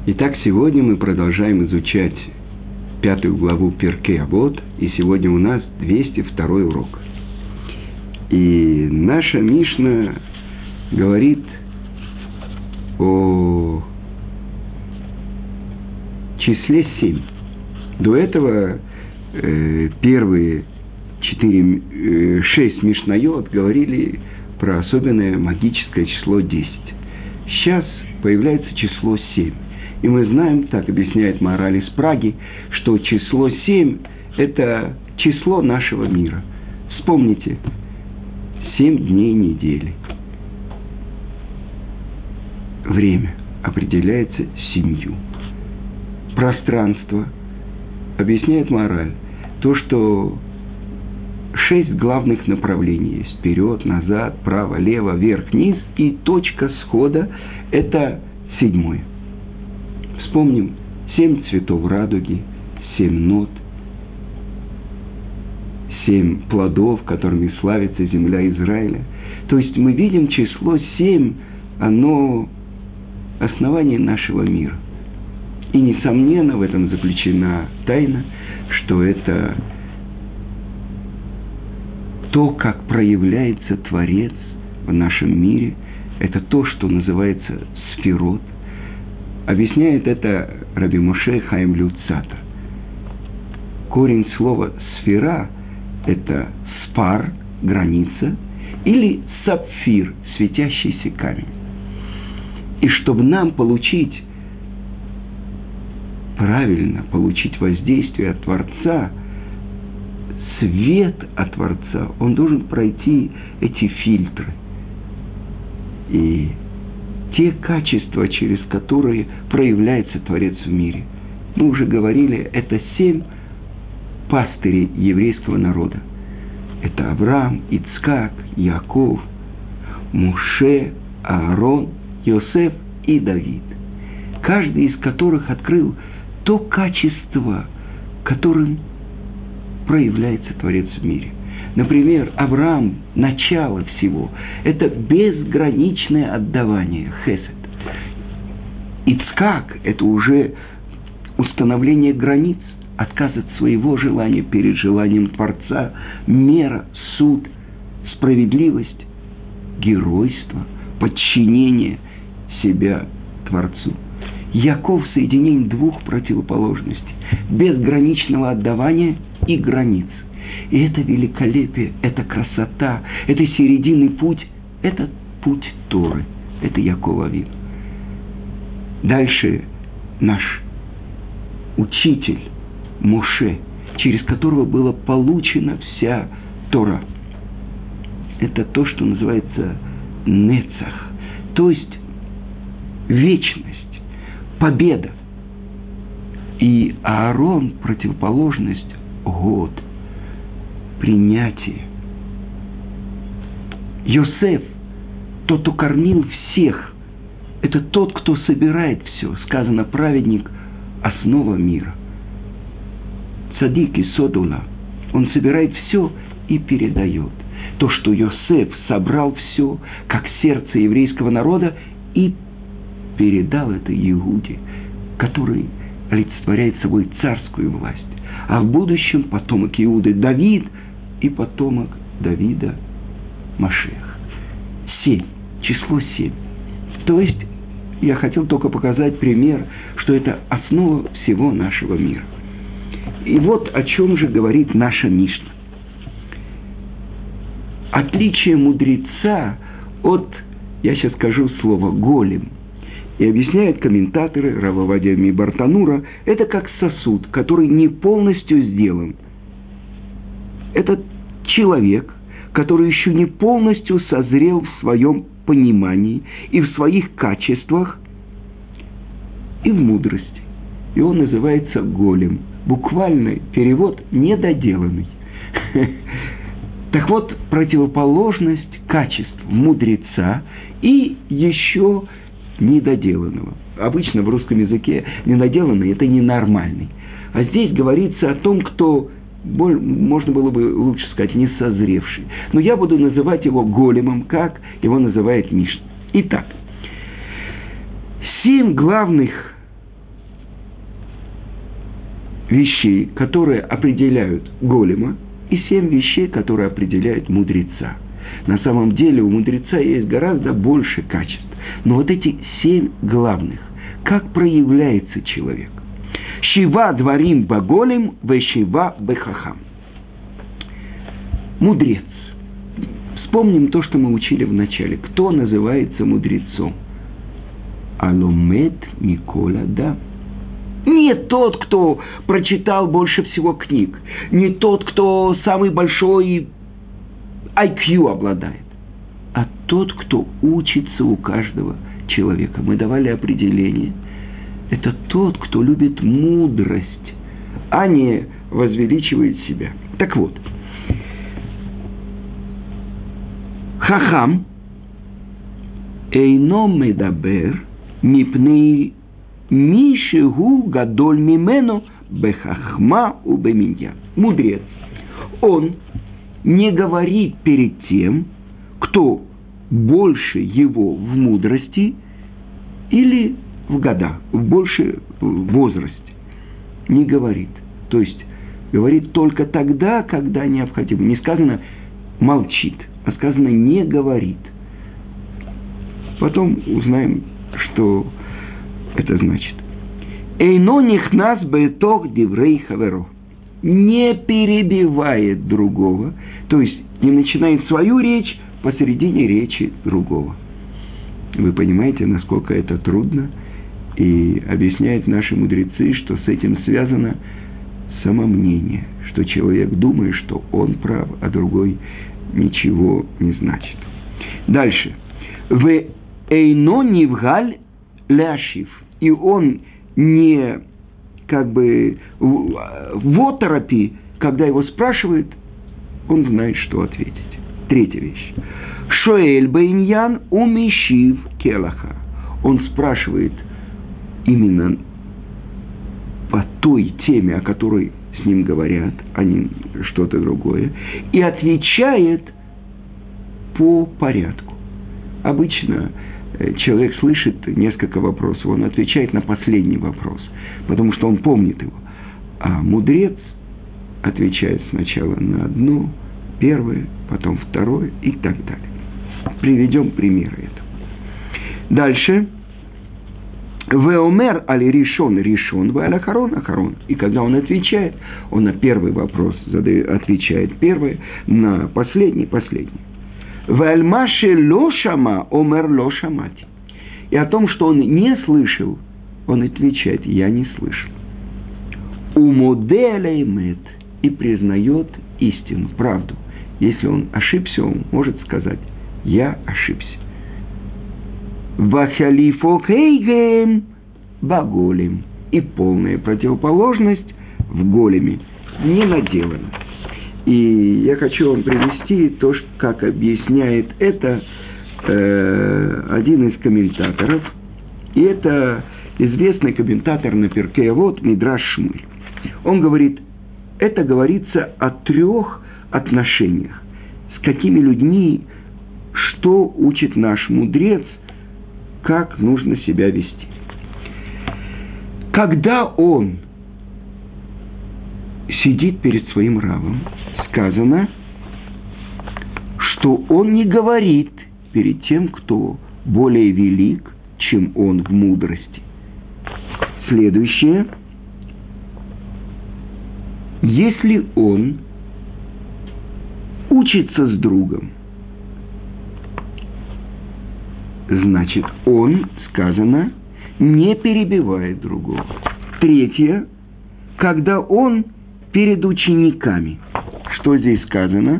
Итак, сегодня мы продолжаем изучать 5 главу Перкей Авот, и сегодня у нас 202 урок. И наша Мишна говорит о числе 7. До этого первые 6 Мишнайот говорили про особенное магическое число 10. Сейчас появляется число 7. И мы знаем, так объясняет Маораль из Праги, что число 7 – это число нашего мира. Вспомните, 7 дней недели. Время определяется 7. Пространство, объясняет Маораль, то, что 6 главных направлений есть. Вперед, назад, право, лево, вверх, вниз. И точка схода – это 7. Вспомним 7 цветов радуги, 7 нот, 7 плодов, которыми славится земля Израиля. То есть мы видим число 7, оно основание нашего мира. И, несомненно, в этом заключена тайна, что это то, как проявляется Творец в нашем мире, это то, что называется сферот. Объясняет это Раби Моше Хаим Люцата. Корень слова «сфера» – это спар, граница, или сапфир, светящийся камень. И чтобы нам правильно получить воздействие от Творца, свет от Творца, он должен пройти эти фильтры. И те качества, через которые проявляется Творец в мире. Мы уже говорили, это 7 пастырей еврейского народа. Это Авраам, Ицхак, Яков, Моше, Аарон, Йосеф и Давид. Каждый из которых открыл то качество, которым проявляется Творец в мире. Например, Авраам – начало всего. Это безграничное отдавание, хесед. Ицхак – это уже установление границ, отказ от своего желания перед желанием Творца, мера, суд, справедливость, геройство, подчинение себя Творцу. Яков – соединение двух противоположностей – безграничного отдавания и границ. И это великолепие, это красота, это серединный путь, это путь Торы, это Яков Авину. Дальше наш учитель Моше, через которого была получена вся Тора. Это то, что называется нецах, то есть вечность, победа. И Аарон – противоположность год, принятие. Йосеф – тот, кто кормил всех, это тот, кто собирает все. Сказано, праведник – основа мира. Цадик и Содула, он собирает все и передает. То, что Йосеф собрал все, как сердце еврейского народа, и передал это Иуде, который олицетворяет собой царскую власть. А в будущем потомок Иуды Давид и потомок Давида Машиах. 7. Число 7. То есть, я хотел только показать пример, что это основа всего нашего мира. И вот о чем же говорит наша Мишна. Отличие мудреца от, я сейчас скажу слово, голем. И объясняют комментаторы Рав Овадия Мибартанура, это как сосуд, который не полностью сделан. Это человек, который еще не полностью созрел в своем понимании и в своих качествах, и в мудрости. И он называется голем. Буквальный перевод – недоделанный. Так вот, противоположность качеств мудреца и еще недоделанного. Обычно в русском языке недоделанный – это ненормальный. А здесь говорится о том, кто, можно было бы лучше сказать, не созревший. Но я буду называть его големом, как его называет Мишна. Итак, 7 главных вещей, которые определяют голема, и 7 вещей, которые определяют мудреца. На самом деле у мудреца есть гораздо больше качеств. Но вот эти 7 главных, как проявляется человек. Шива дворим баголем, вешива бехахам. Мудрец. Вспомним то, что мы учили в начале. Кто называется мудрецом? Аломед Микола, да. Не тот, кто прочитал больше всего книг. Не тот, кто самый большой IQ обладает. А тот, кто учится у каждого человека. Мы давали определение. Это тот, кто любит мудрость, а не возвеличивает себя. Так вот. Хахам эйно медабер мипней мишегу гадоль мимену бехахма убеминья. Мудрец. Он не говорит перед тем, кто больше его в мудрости или в годах, больше в возрасте. Не говорит. То есть говорит только тогда, когда необходимо. Не сказано молчит, а сказано не говорит. Потом узнаем, что это значит. Эйно нихнас беэтох диврей хаверо. Не перебивает другого, то есть не начинает свою речь посередине речи другого. Вы понимаете, насколько это трудно? И объясняют наши мудрецы, что с этим связано самомнение, что человек думает, что он прав, а другой ничего не значит. Дальше. В эйно нивгаль ляшив. И он не как бы в оторопи, когда его спрашивают, он знает, что ответить. Третья вещь. Шоэль бейньян умешив келаха. Он спрашивает именно по той теме, о которой с ним говорят, а не что-то другое, и отвечает по порядку. Обычно человек слышит несколько вопросов, он отвечает на последний вопрос, потому что он помнит его. А мудрец отвечает сначала на одно, первое, потом второе и так далее. Приведем примеры этого. Дальше. Веомер али решон, ве аля харон. И когда он отвечает, он на первый вопрос отвечает первый, на последний. Вальмаше лошама омер лошамати. И о том, что он не слышал, он отвечает, я не слышал. Умоделя имет. И признает истину, правду. Если он ошибся, он может сказать, я ошибся. Вахалифо хейгем баголем. И полная противоположность в големе. Не наделано. И я хочу вам привести то, как объясняет это один из комментаторов. И это известный комментатор на Перкей Авот Мидраш Шмуль. Он говорит, это говорится о 3 отношениях. С какими людьми, что учит наш мудрец, как нужно себя вести. Когда он сидит перед своим равом, сказано, что он не говорит перед тем, кто более велик, чем он в мудрости. Следующее. Если он учится с другом, значит, он, сказано, не перебивает другого. Третье, когда он перед учениками, что здесь сказано,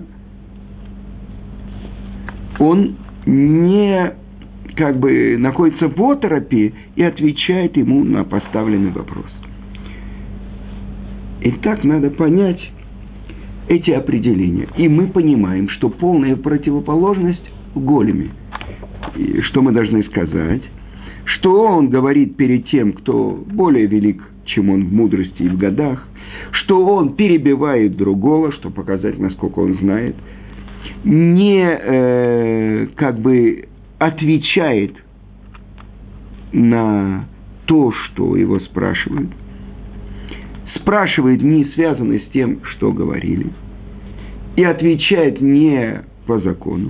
он не как бы находится в оторопе и отвечает ему на поставленный вопрос. Итак, надо понять эти определения. И мы понимаем, что полная противоположность в големе. И что мы должны сказать? Что он говорит перед тем, кто более велик, чем он в мудрости и в годах. Что он перебивает другого, чтобы показать, насколько он знает. Не как бы отвечает на то, что его спрашивают. спрашивает не связанное с тем, что говорили, и отвечает не по закону,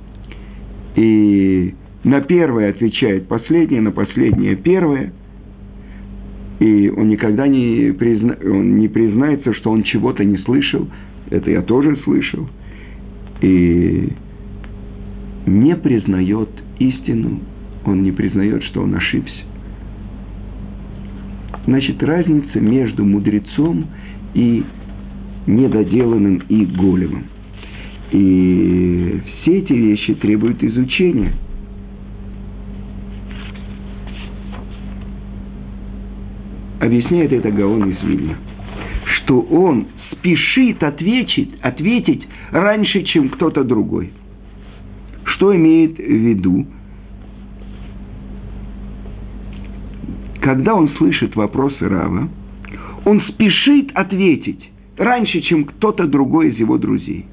и на первое отвечает последнее, на последнее первое, и он никогда не признается, что он чего-то не слышал, это я тоже слышал, и не признает истину, он не признает, что он ошибся. Значит, разница между мудрецом и недоделанным и големом. И все эти вещи требуют изучения. Объясняет это Гаон из Вильна, что он спешит ответить раньше, чем кто-то другой. Что имеет в виду? Когда он слышит вопросы Рава, он спешит ответить раньше, чем кто-то другой из его друзей.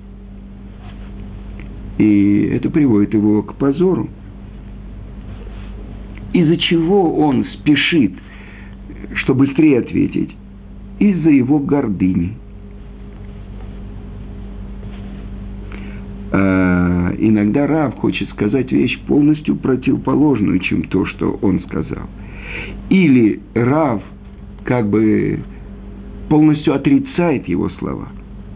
И это приводит его к позору. Из-за чего он спешит, чтобы быстрее ответить? Из-за его гордыни. Иногда Рав хочет сказать вещь полностью противоположную, чем то, что он сказал. Или Рав как бы полностью отрицает его слова.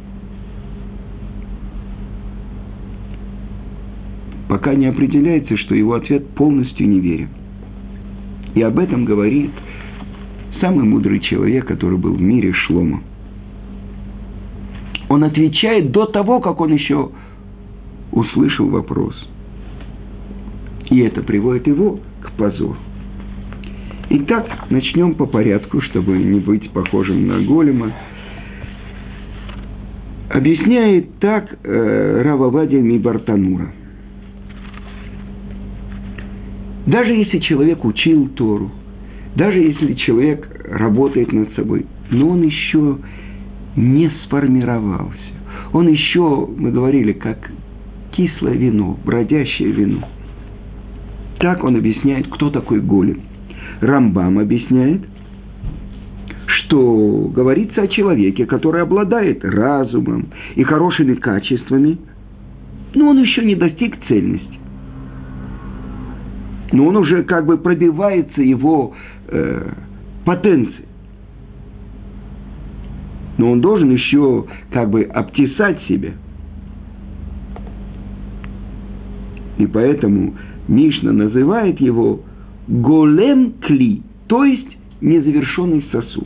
Пока не определяется, что его ответ полностью неверен. И об этом говорит самый мудрый человек, который был в мире, Шломо. Он отвечает до того, как он еще услышал вопрос. И это приводит его к позору. Итак, начнем по порядку, чтобы не быть похожим на голема. Объясняет так Рав Овадия Мибартанура. Даже если человек учил Тору, даже если человек работает над собой, но он еще не сформировался. Он еще, мы говорили, как кислое вино, бродящее вино. Так он объясняет, кто такой голем. Рамбам объясняет, что говорится о человеке, который обладает разумом и хорошими качествами, но он еще не достиг цельности. Но он уже как бы пробивается его потенцией. Но он должен еще как бы обтесать себя. И поэтому Мишна называет его голем кли, то есть незавершенный сосуд.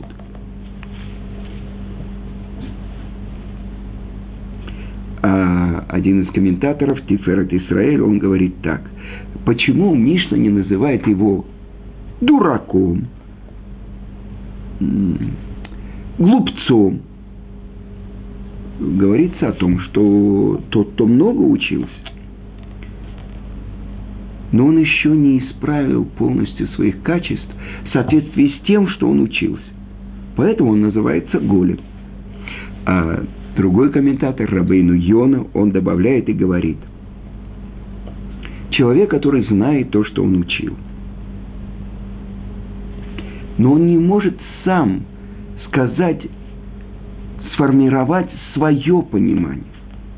А один из комментаторов, Тиферет Исраэль, он говорит так. Почему Мишна не называет его дураком, глупцом? Говорится о том, что тот, кто много учился, но он еще не исправил полностью своих качеств в соответствии с тем, что он учился. Поэтому он называется голем. А другой комментатор, Рабейну Йона, он добавляет и говорит: человек, который знает то, что он учил, но он не может сам сказать, сформировать свое понимание.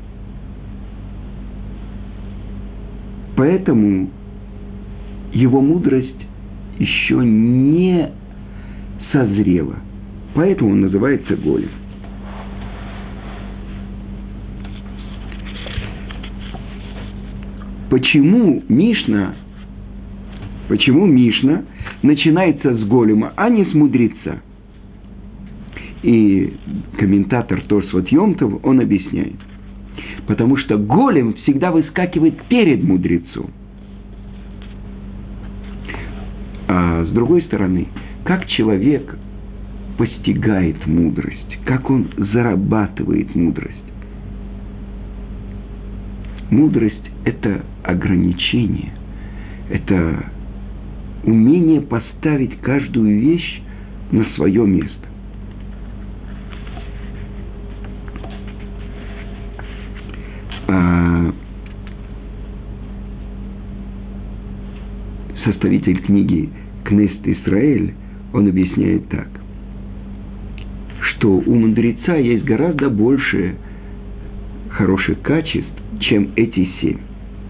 Поэтому его мудрость еще не созрела. Поэтому он называется голем. Почему Мишна начинается с голема, а не с мудреца? И комментатор Тосфот Йом-Тов, он объясняет. Потому что голем всегда выскакивает перед мудрецом. А с другой стороны, как человек постигает мудрость, как он зарабатывает мудрость. Мудрость – это ограничение, это умение поставить каждую вещь на свое место. Составитель книги «Кнессет Исраэль», он объясняет так. что у мудреца есть гораздо больше хороших качеств, чем эти 7.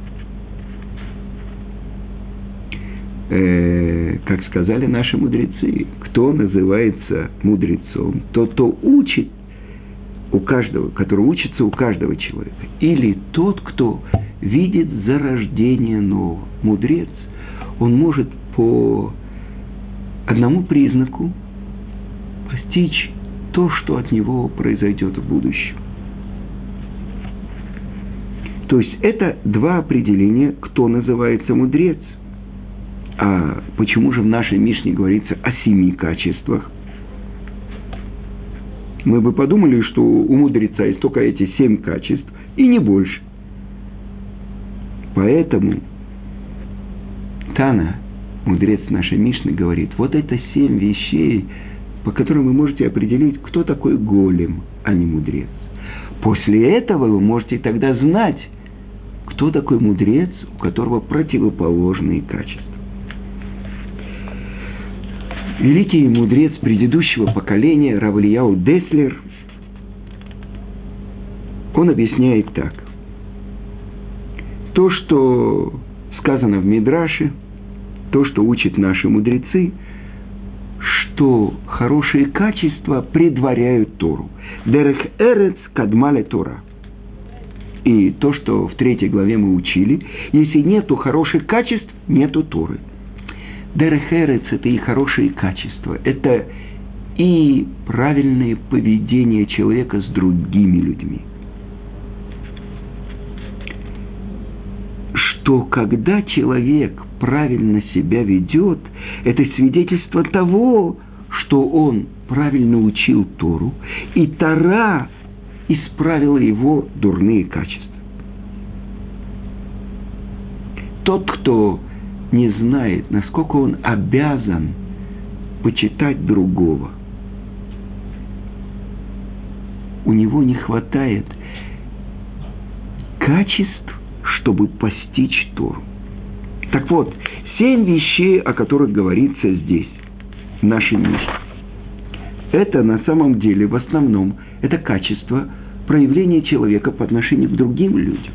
Как сказали наши мудрецы, кто называется мудрецом, тот, кто учит у каждого, который учится у каждого человека, или тот, кто видит зарождение нового. Мудрец, он может по одному признаку постичь то, что от него произойдет в будущем. То есть это два определения, кто называется мудрец. А почему же в нашей Мишне говорится о 7 качествах? Мы бы подумали, что у мудреца есть только эти 7 качеств, и не больше. Поэтому Тана, мудрец нашей Мишны, говорит, вот это 7 вещей, по которым вы можете определить, кто такой голем, а не мудрец. После этого вы можете тогда знать, кто такой мудрец, у которого противоположные качества. Великий мудрец предыдущего поколения Рав Элияу Деслер, он объясняет так. То, что сказано в Мидраше, то, что учат наши мудрецы, что хорошие качества предваряют Тору. Дерех эрец кадмале Тора. И то, что в 3 главе мы учили, если нету хороших качеств, нету Торы. Дерех эрец – это и хорошие качества, это и правильное поведение человека с другими людьми. Что когда человек правильно себя ведет, это свидетельство того, что он правильно учил Тору, и Тора исправила его дурные качества. Тот, кто не знает, насколько он обязан почитать другого, у него не хватает качеств, чтобы постичь Тору. Так вот, 7 вещей, о которых говорится здесь, в нашей Мишне, это на самом деле, в основном, это качество проявления человека по отношению к другим людям.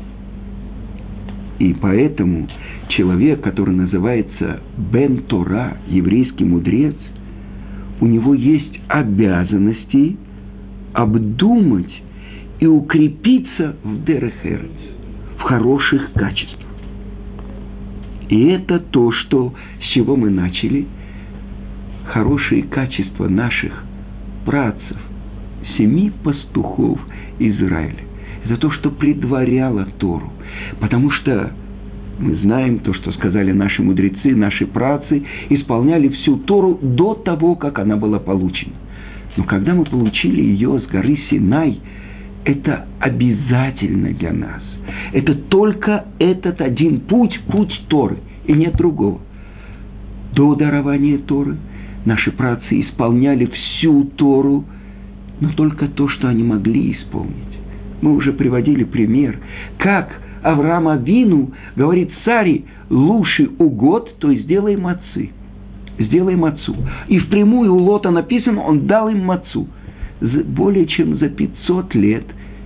И поэтому человек, который называется Бен Тора, еврейский мудрец, у него есть обязанности обдумать и укрепиться в дерех эрец, в хороших качествах. И это то, с чего мы начали. Хорошие качества наших працев, 7 пастухов Израиля. Это то, что предваряло Тору. Потому что мы знаем то, что сказали наши мудрецы, наши праотцы, исполняли всю Тору до того, как она была получена. Но когда мы получили ее с горы Синай, это обязательно для нас. Это только этот один путь Торы, и нет другого. До дарования Торы наши праотцы исполняли всю Тору, но только то, что они могли исполнить. Мы уже приводили пример, как Авраам Авину говорит Саре: лучший угод, то есть сделай маццы. Сделай мацу. И впрямую у Лота написано, он дал им мацу. Более чем за 500 лет,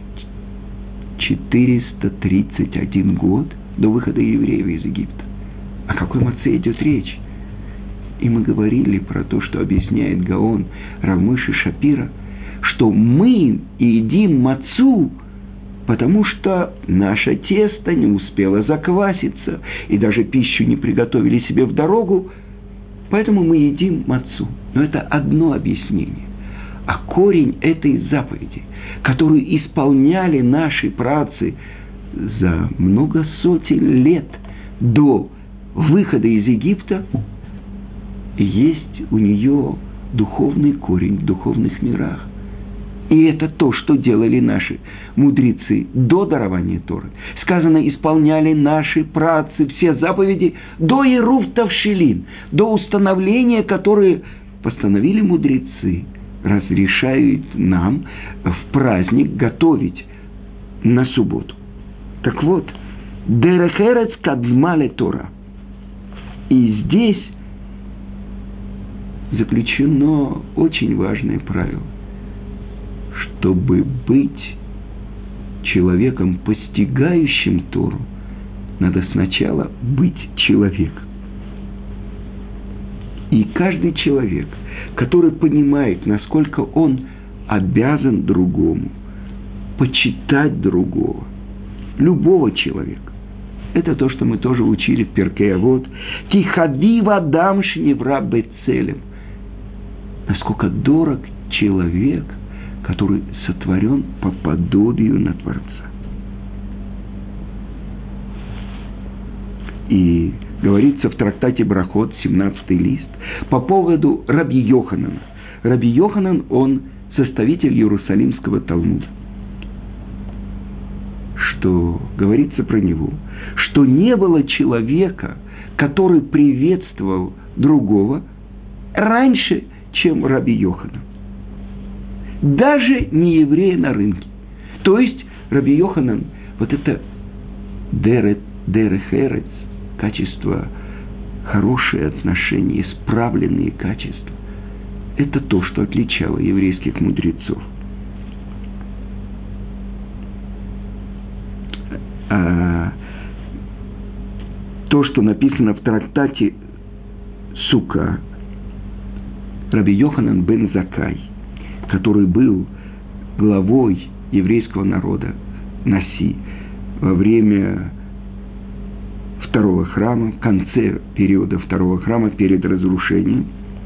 431 год до выхода евреев из Египта. О какой маце идет речь? И мы говорили про то, что объясняет Гаон Рав Мойше Шапира, что мы едим мацу, потому что наше тесто не успело закваситься, и даже пищу не приготовили себе в дорогу, поэтому мы едим мацу. Но это одно объяснение. А корень этой заповеди, которую исполняли наши праотцы за много сотен лет до выхода из Египта, есть у нее духовный корень в духовных мирах. И это то, что делали наши мудрецы до дарования Торы. Сказано, исполняли наши праотцы все заповеди до Ерув Тавшилин, до установления, которые постановили мудрецы, разрешают нам в праздник готовить на субботу. Так вот, дерех эрец кадмале Тора. И здесь заключено очень важное правило. чтобы быть человеком, постигающим Тору, надо сначала быть человеком. И каждый человек, который понимает, насколько он обязан другому, почитать другого, любого человека, это то, что мы тоже учили в Перкей Авот. «Тихади вадам шневра бецелем». Насколько дорог человек, который сотворен по подобию на Творца. И говорится в трактате Брахот, 17 лист, по поводу Раби Йоханана. Раби Йоханан, он составитель Иерусалимского Талмуда. Что говорится про него, что не было человека, который приветствовал другого раньше, чем Раби Йоханан. Даже не евреи на рынке. То есть Раби Йоханан, вот это дерех эрец, качество, хорошие отношения, исправленные качества, это то, что отличало еврейских мудрецов. То, что написано в трактате Сука, Раби Йоханан бен Заккай, который был главой еврейского народа Наси во время второго храма, в конце периода второго храма, перед разрушением,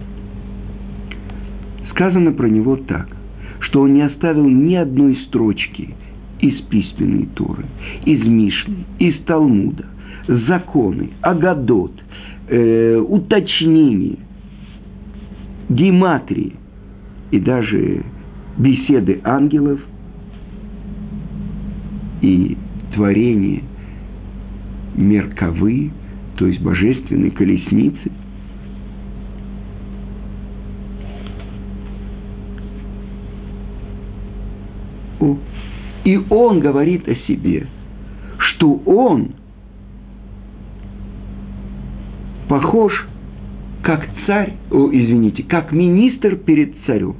сказано про него так, что он не оставил ни одной строчки из письменной Торы, из Мишны, из Талмуда, законы, агадот, уточнения, гематрии и даже беседы ангелов и творение меркавы, то есть божественной колесницы. И он говорит о себе, что он похож как царь, как министр перед царем.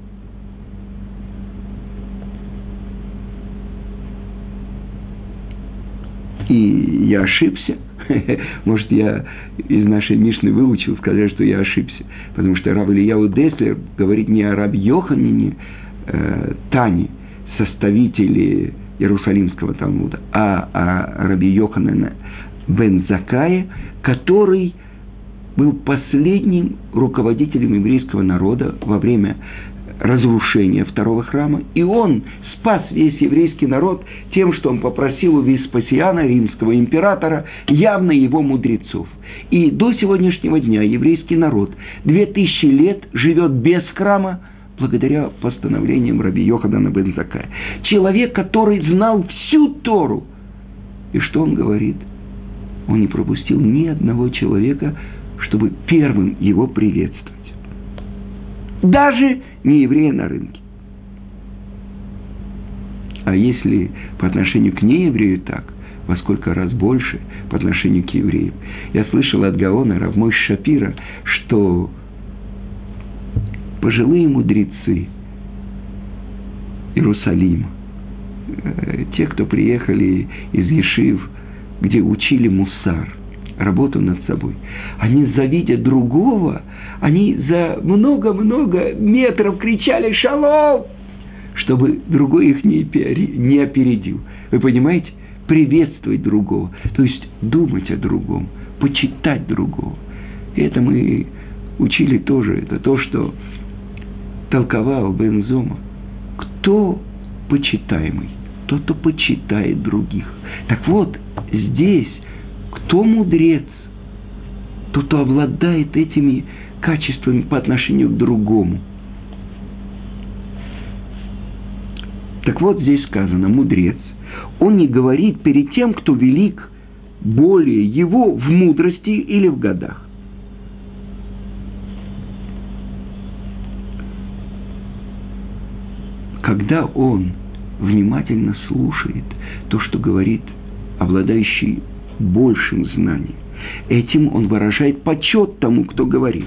И я ошибся. Может, я из нашей Мишны выучил сказать, что я ошибся. Потому что Рав Ильяу Деслер говорит не о Раби Йоханане Тане, составителе Иерусалимского Талмуда, а о Раби Йоханане бен Заккае, который был последним руководителем еврейского народа во время разрушения второго храма, и он спас весь еврейский народ тем, что он попросил у Веспасиана, римского императора, явно его мудрецов. И до сегодняшнего дня еврейский народ 2000 лет живет без храма, благодаря постановлениям Раби Йоханана бен Заккая. Человек, который знал всю Тору. И что он говорит? Он не пропустил ни одного человека, чтобы первым его приветствовать. Даже не еврея на рынке. А если по отношению к нееврею так, во сколько раз больше по отношению к евреям. Я слышал от Гаона Рав Мойше Шапира, что пожилые мудрецы Иерусалима, те, кто приехали из Ешив, где учили мусар, работу над собой, они, завидя другого, они за много-много метров кричали «Шалом!», чтобы другой их не опередил. Вы понимаете? Приветствовать другого, то есть думать о другом, почитать другого. И это мы учили тоже, это то, что толковал Бен Зома. Кто почитаемый? Тот, кто почитает других. Так вот, здесь кто мудрец? Тот, кто обладает этими качествами по отношению к другому. Так вот, здесь сказано, мудрец, он не говорит перед тем, кто велик более его в мудрости или в годах. Когда он внимательно слушает то, что говорит обладающий большим знанием, этим он выражает почет тому, кто говорит.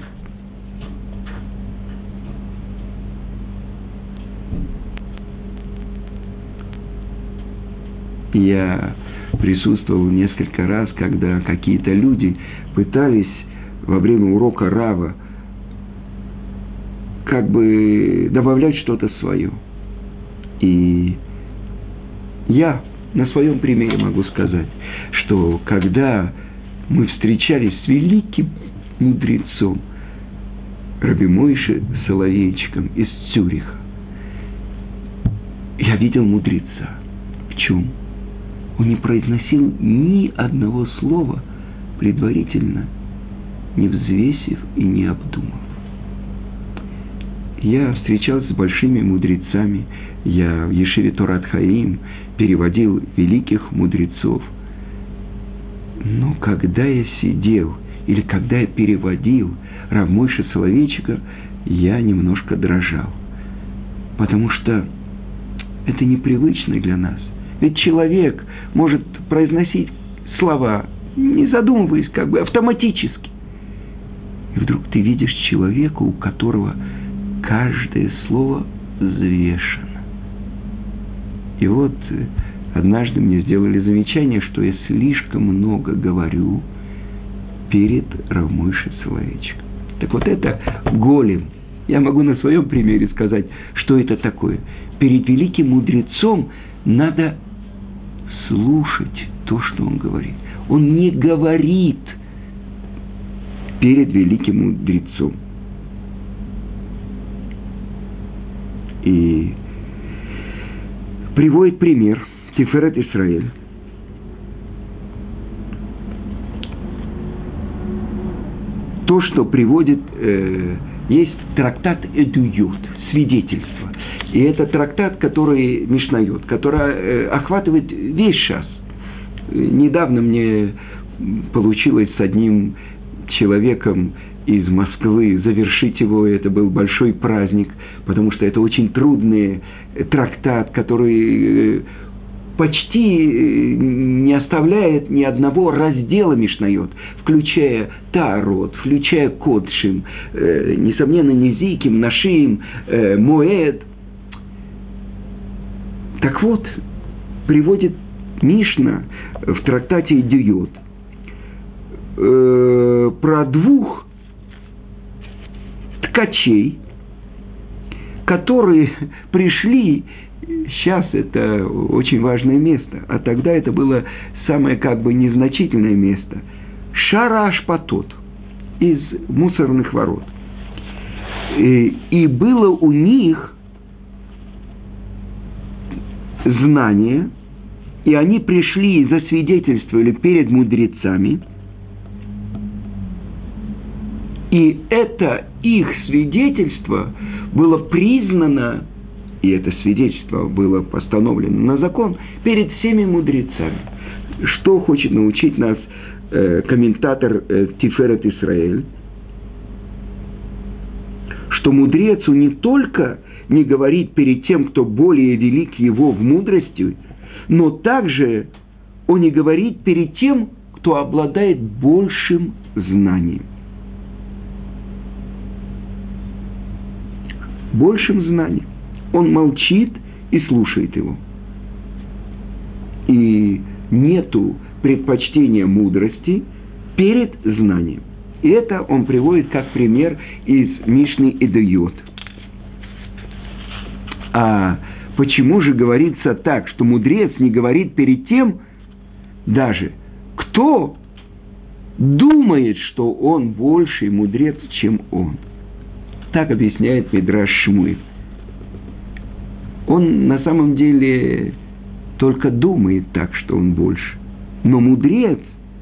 Я присутствовал несколько раз, когда какие-то люди пытались во время урока Рава как бы добавлять что-то свое. И я на своем примере могу сказать, что когда мы встречались с великим мудрецом Раби Мойше Соловейчиком из Цюриха, я видел мудреца. В чем? Он не произносил ни одного слова предварительно, не взвесив и не обдумав. Я встречался с большими мудрецами, я в Ешиве Торат Хаим переводил великих мудрецов. Но когда я сидел, или когда я переводил Рав Мойше Соловейчика, я немножко дрожал. Потому что это непривычно для нас. Ведь человек может произносить слова, не задумываясь, как бы автоматически. И вдруг ты видишь человека, у которого каждое слово взвешено. И вот однажды мне сделали замечание, что я слишком много говорю перед Рав Мойше Соловейчиком. Так вот это голем. Я могу на своем примере сказать, что это такое. Перед великим мудрецом надо слушать то, что он говорит. Он не говорит перед великим мудрецом. И приводит пример Тиферет Исраэль. То, что приводит, есть трактат Эдуйот, свидетельство. И это трактат, который Мишнайот, который охватывает весь шас. Недавно мне получилось с одним человеком из Москвы завершить его, это был большой праздник, потому что это очень трудный трактат, который почти не оставляет ни одного раздела Мишнайот, включая Таарот, включая Кодшим, несомненно, Низиким, Нашим, Моэд. Так вот, приводит Мишна в трактате Эдуйот про двух ткачей, которые пришли. Сейчас это очень важное место, а тогда это было самое как бы незначительное место. Шара Ашпатот, из мусорных ворот. И было у них знание, и они пришли и засвидетельствовали перед мудрецами, и это их свидетельство было признано, и это свидетельство было постановлено на закон перед всеми мудрецами. Что хочет научить нас комментатор Тиферет Исраэль? Что мудрец не только не говорит перед тем, кто более велик его в мудрости, но также он не говорит перед тем, кто обладает большим знанием. Большим знанием. Он молчит и слушает его. И нету предпочтения мудрости перед знанием. И это он приводит как пример из Мишны Эдуйот. А почему же говорится так, что мудрец не говорит перед тем, даже кто думает, что он больший мудрец, чем он? Так объясняет Мидраш Шмуэль. Он на самом деле только думает так, что он больше. Но мудрец,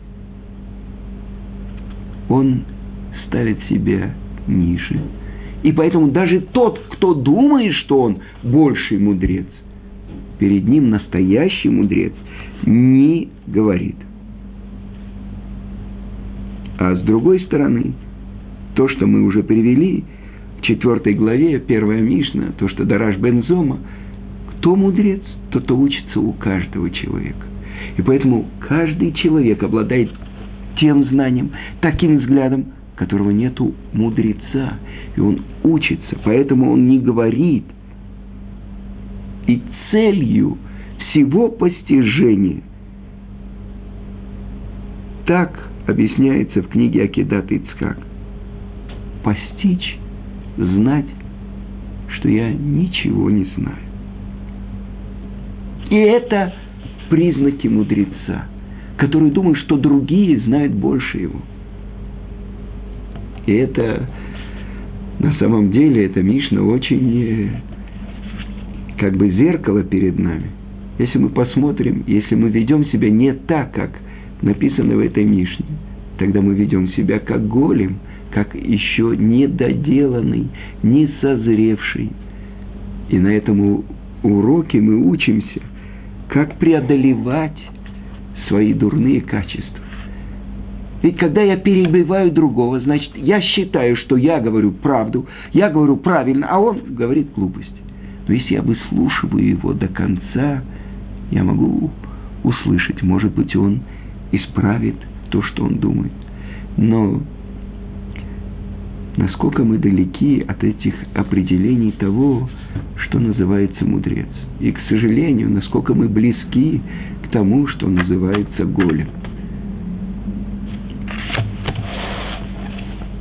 он ставит себя ниже. И поэтому даже тот, кто думает, что он больший мудрец, перед ним настоящий мудрец не говорит. А с другой стороны, то, что мы уже привели в 4 главе, 1 Мишна, то, что Дараш бен Зома, кто мудрец, тот, кто учится у каждого человека. И поэтому каждый человек обладает тем знанием, таким взглядом, которого нету мудреца. И он учится, поэтому он не говорит. И целью всего постижения. Так объясняется в книге Акидат Ицхак. Постичь, знать, что я ничего не знаю. И это признаки мудреца, который думает, что другие знают больше его. И это, на самом деле, эта Мишна очень как бы зеркало перед нами. Если мы посмотрим, если мы ведем себя не так, как написано в этой Мишне, тогда мы ведем себя как голем, как еще недоделанный, не созревший. И на этом уроке мы учимся, как преодолевать свои дурные качества. Ведь когда я перебиваю другого, значит, я считаю, что я говорю правду, я говорю правильно, а он говорит глупость. Но если я выслушиваю его до конца, я могу услышать, может быть, он исправит то, что он думает. Но насколько мы далеки от этих определений того, что называется мудрец. И, к сожалению, насколько мы близки к тому, что называется голем.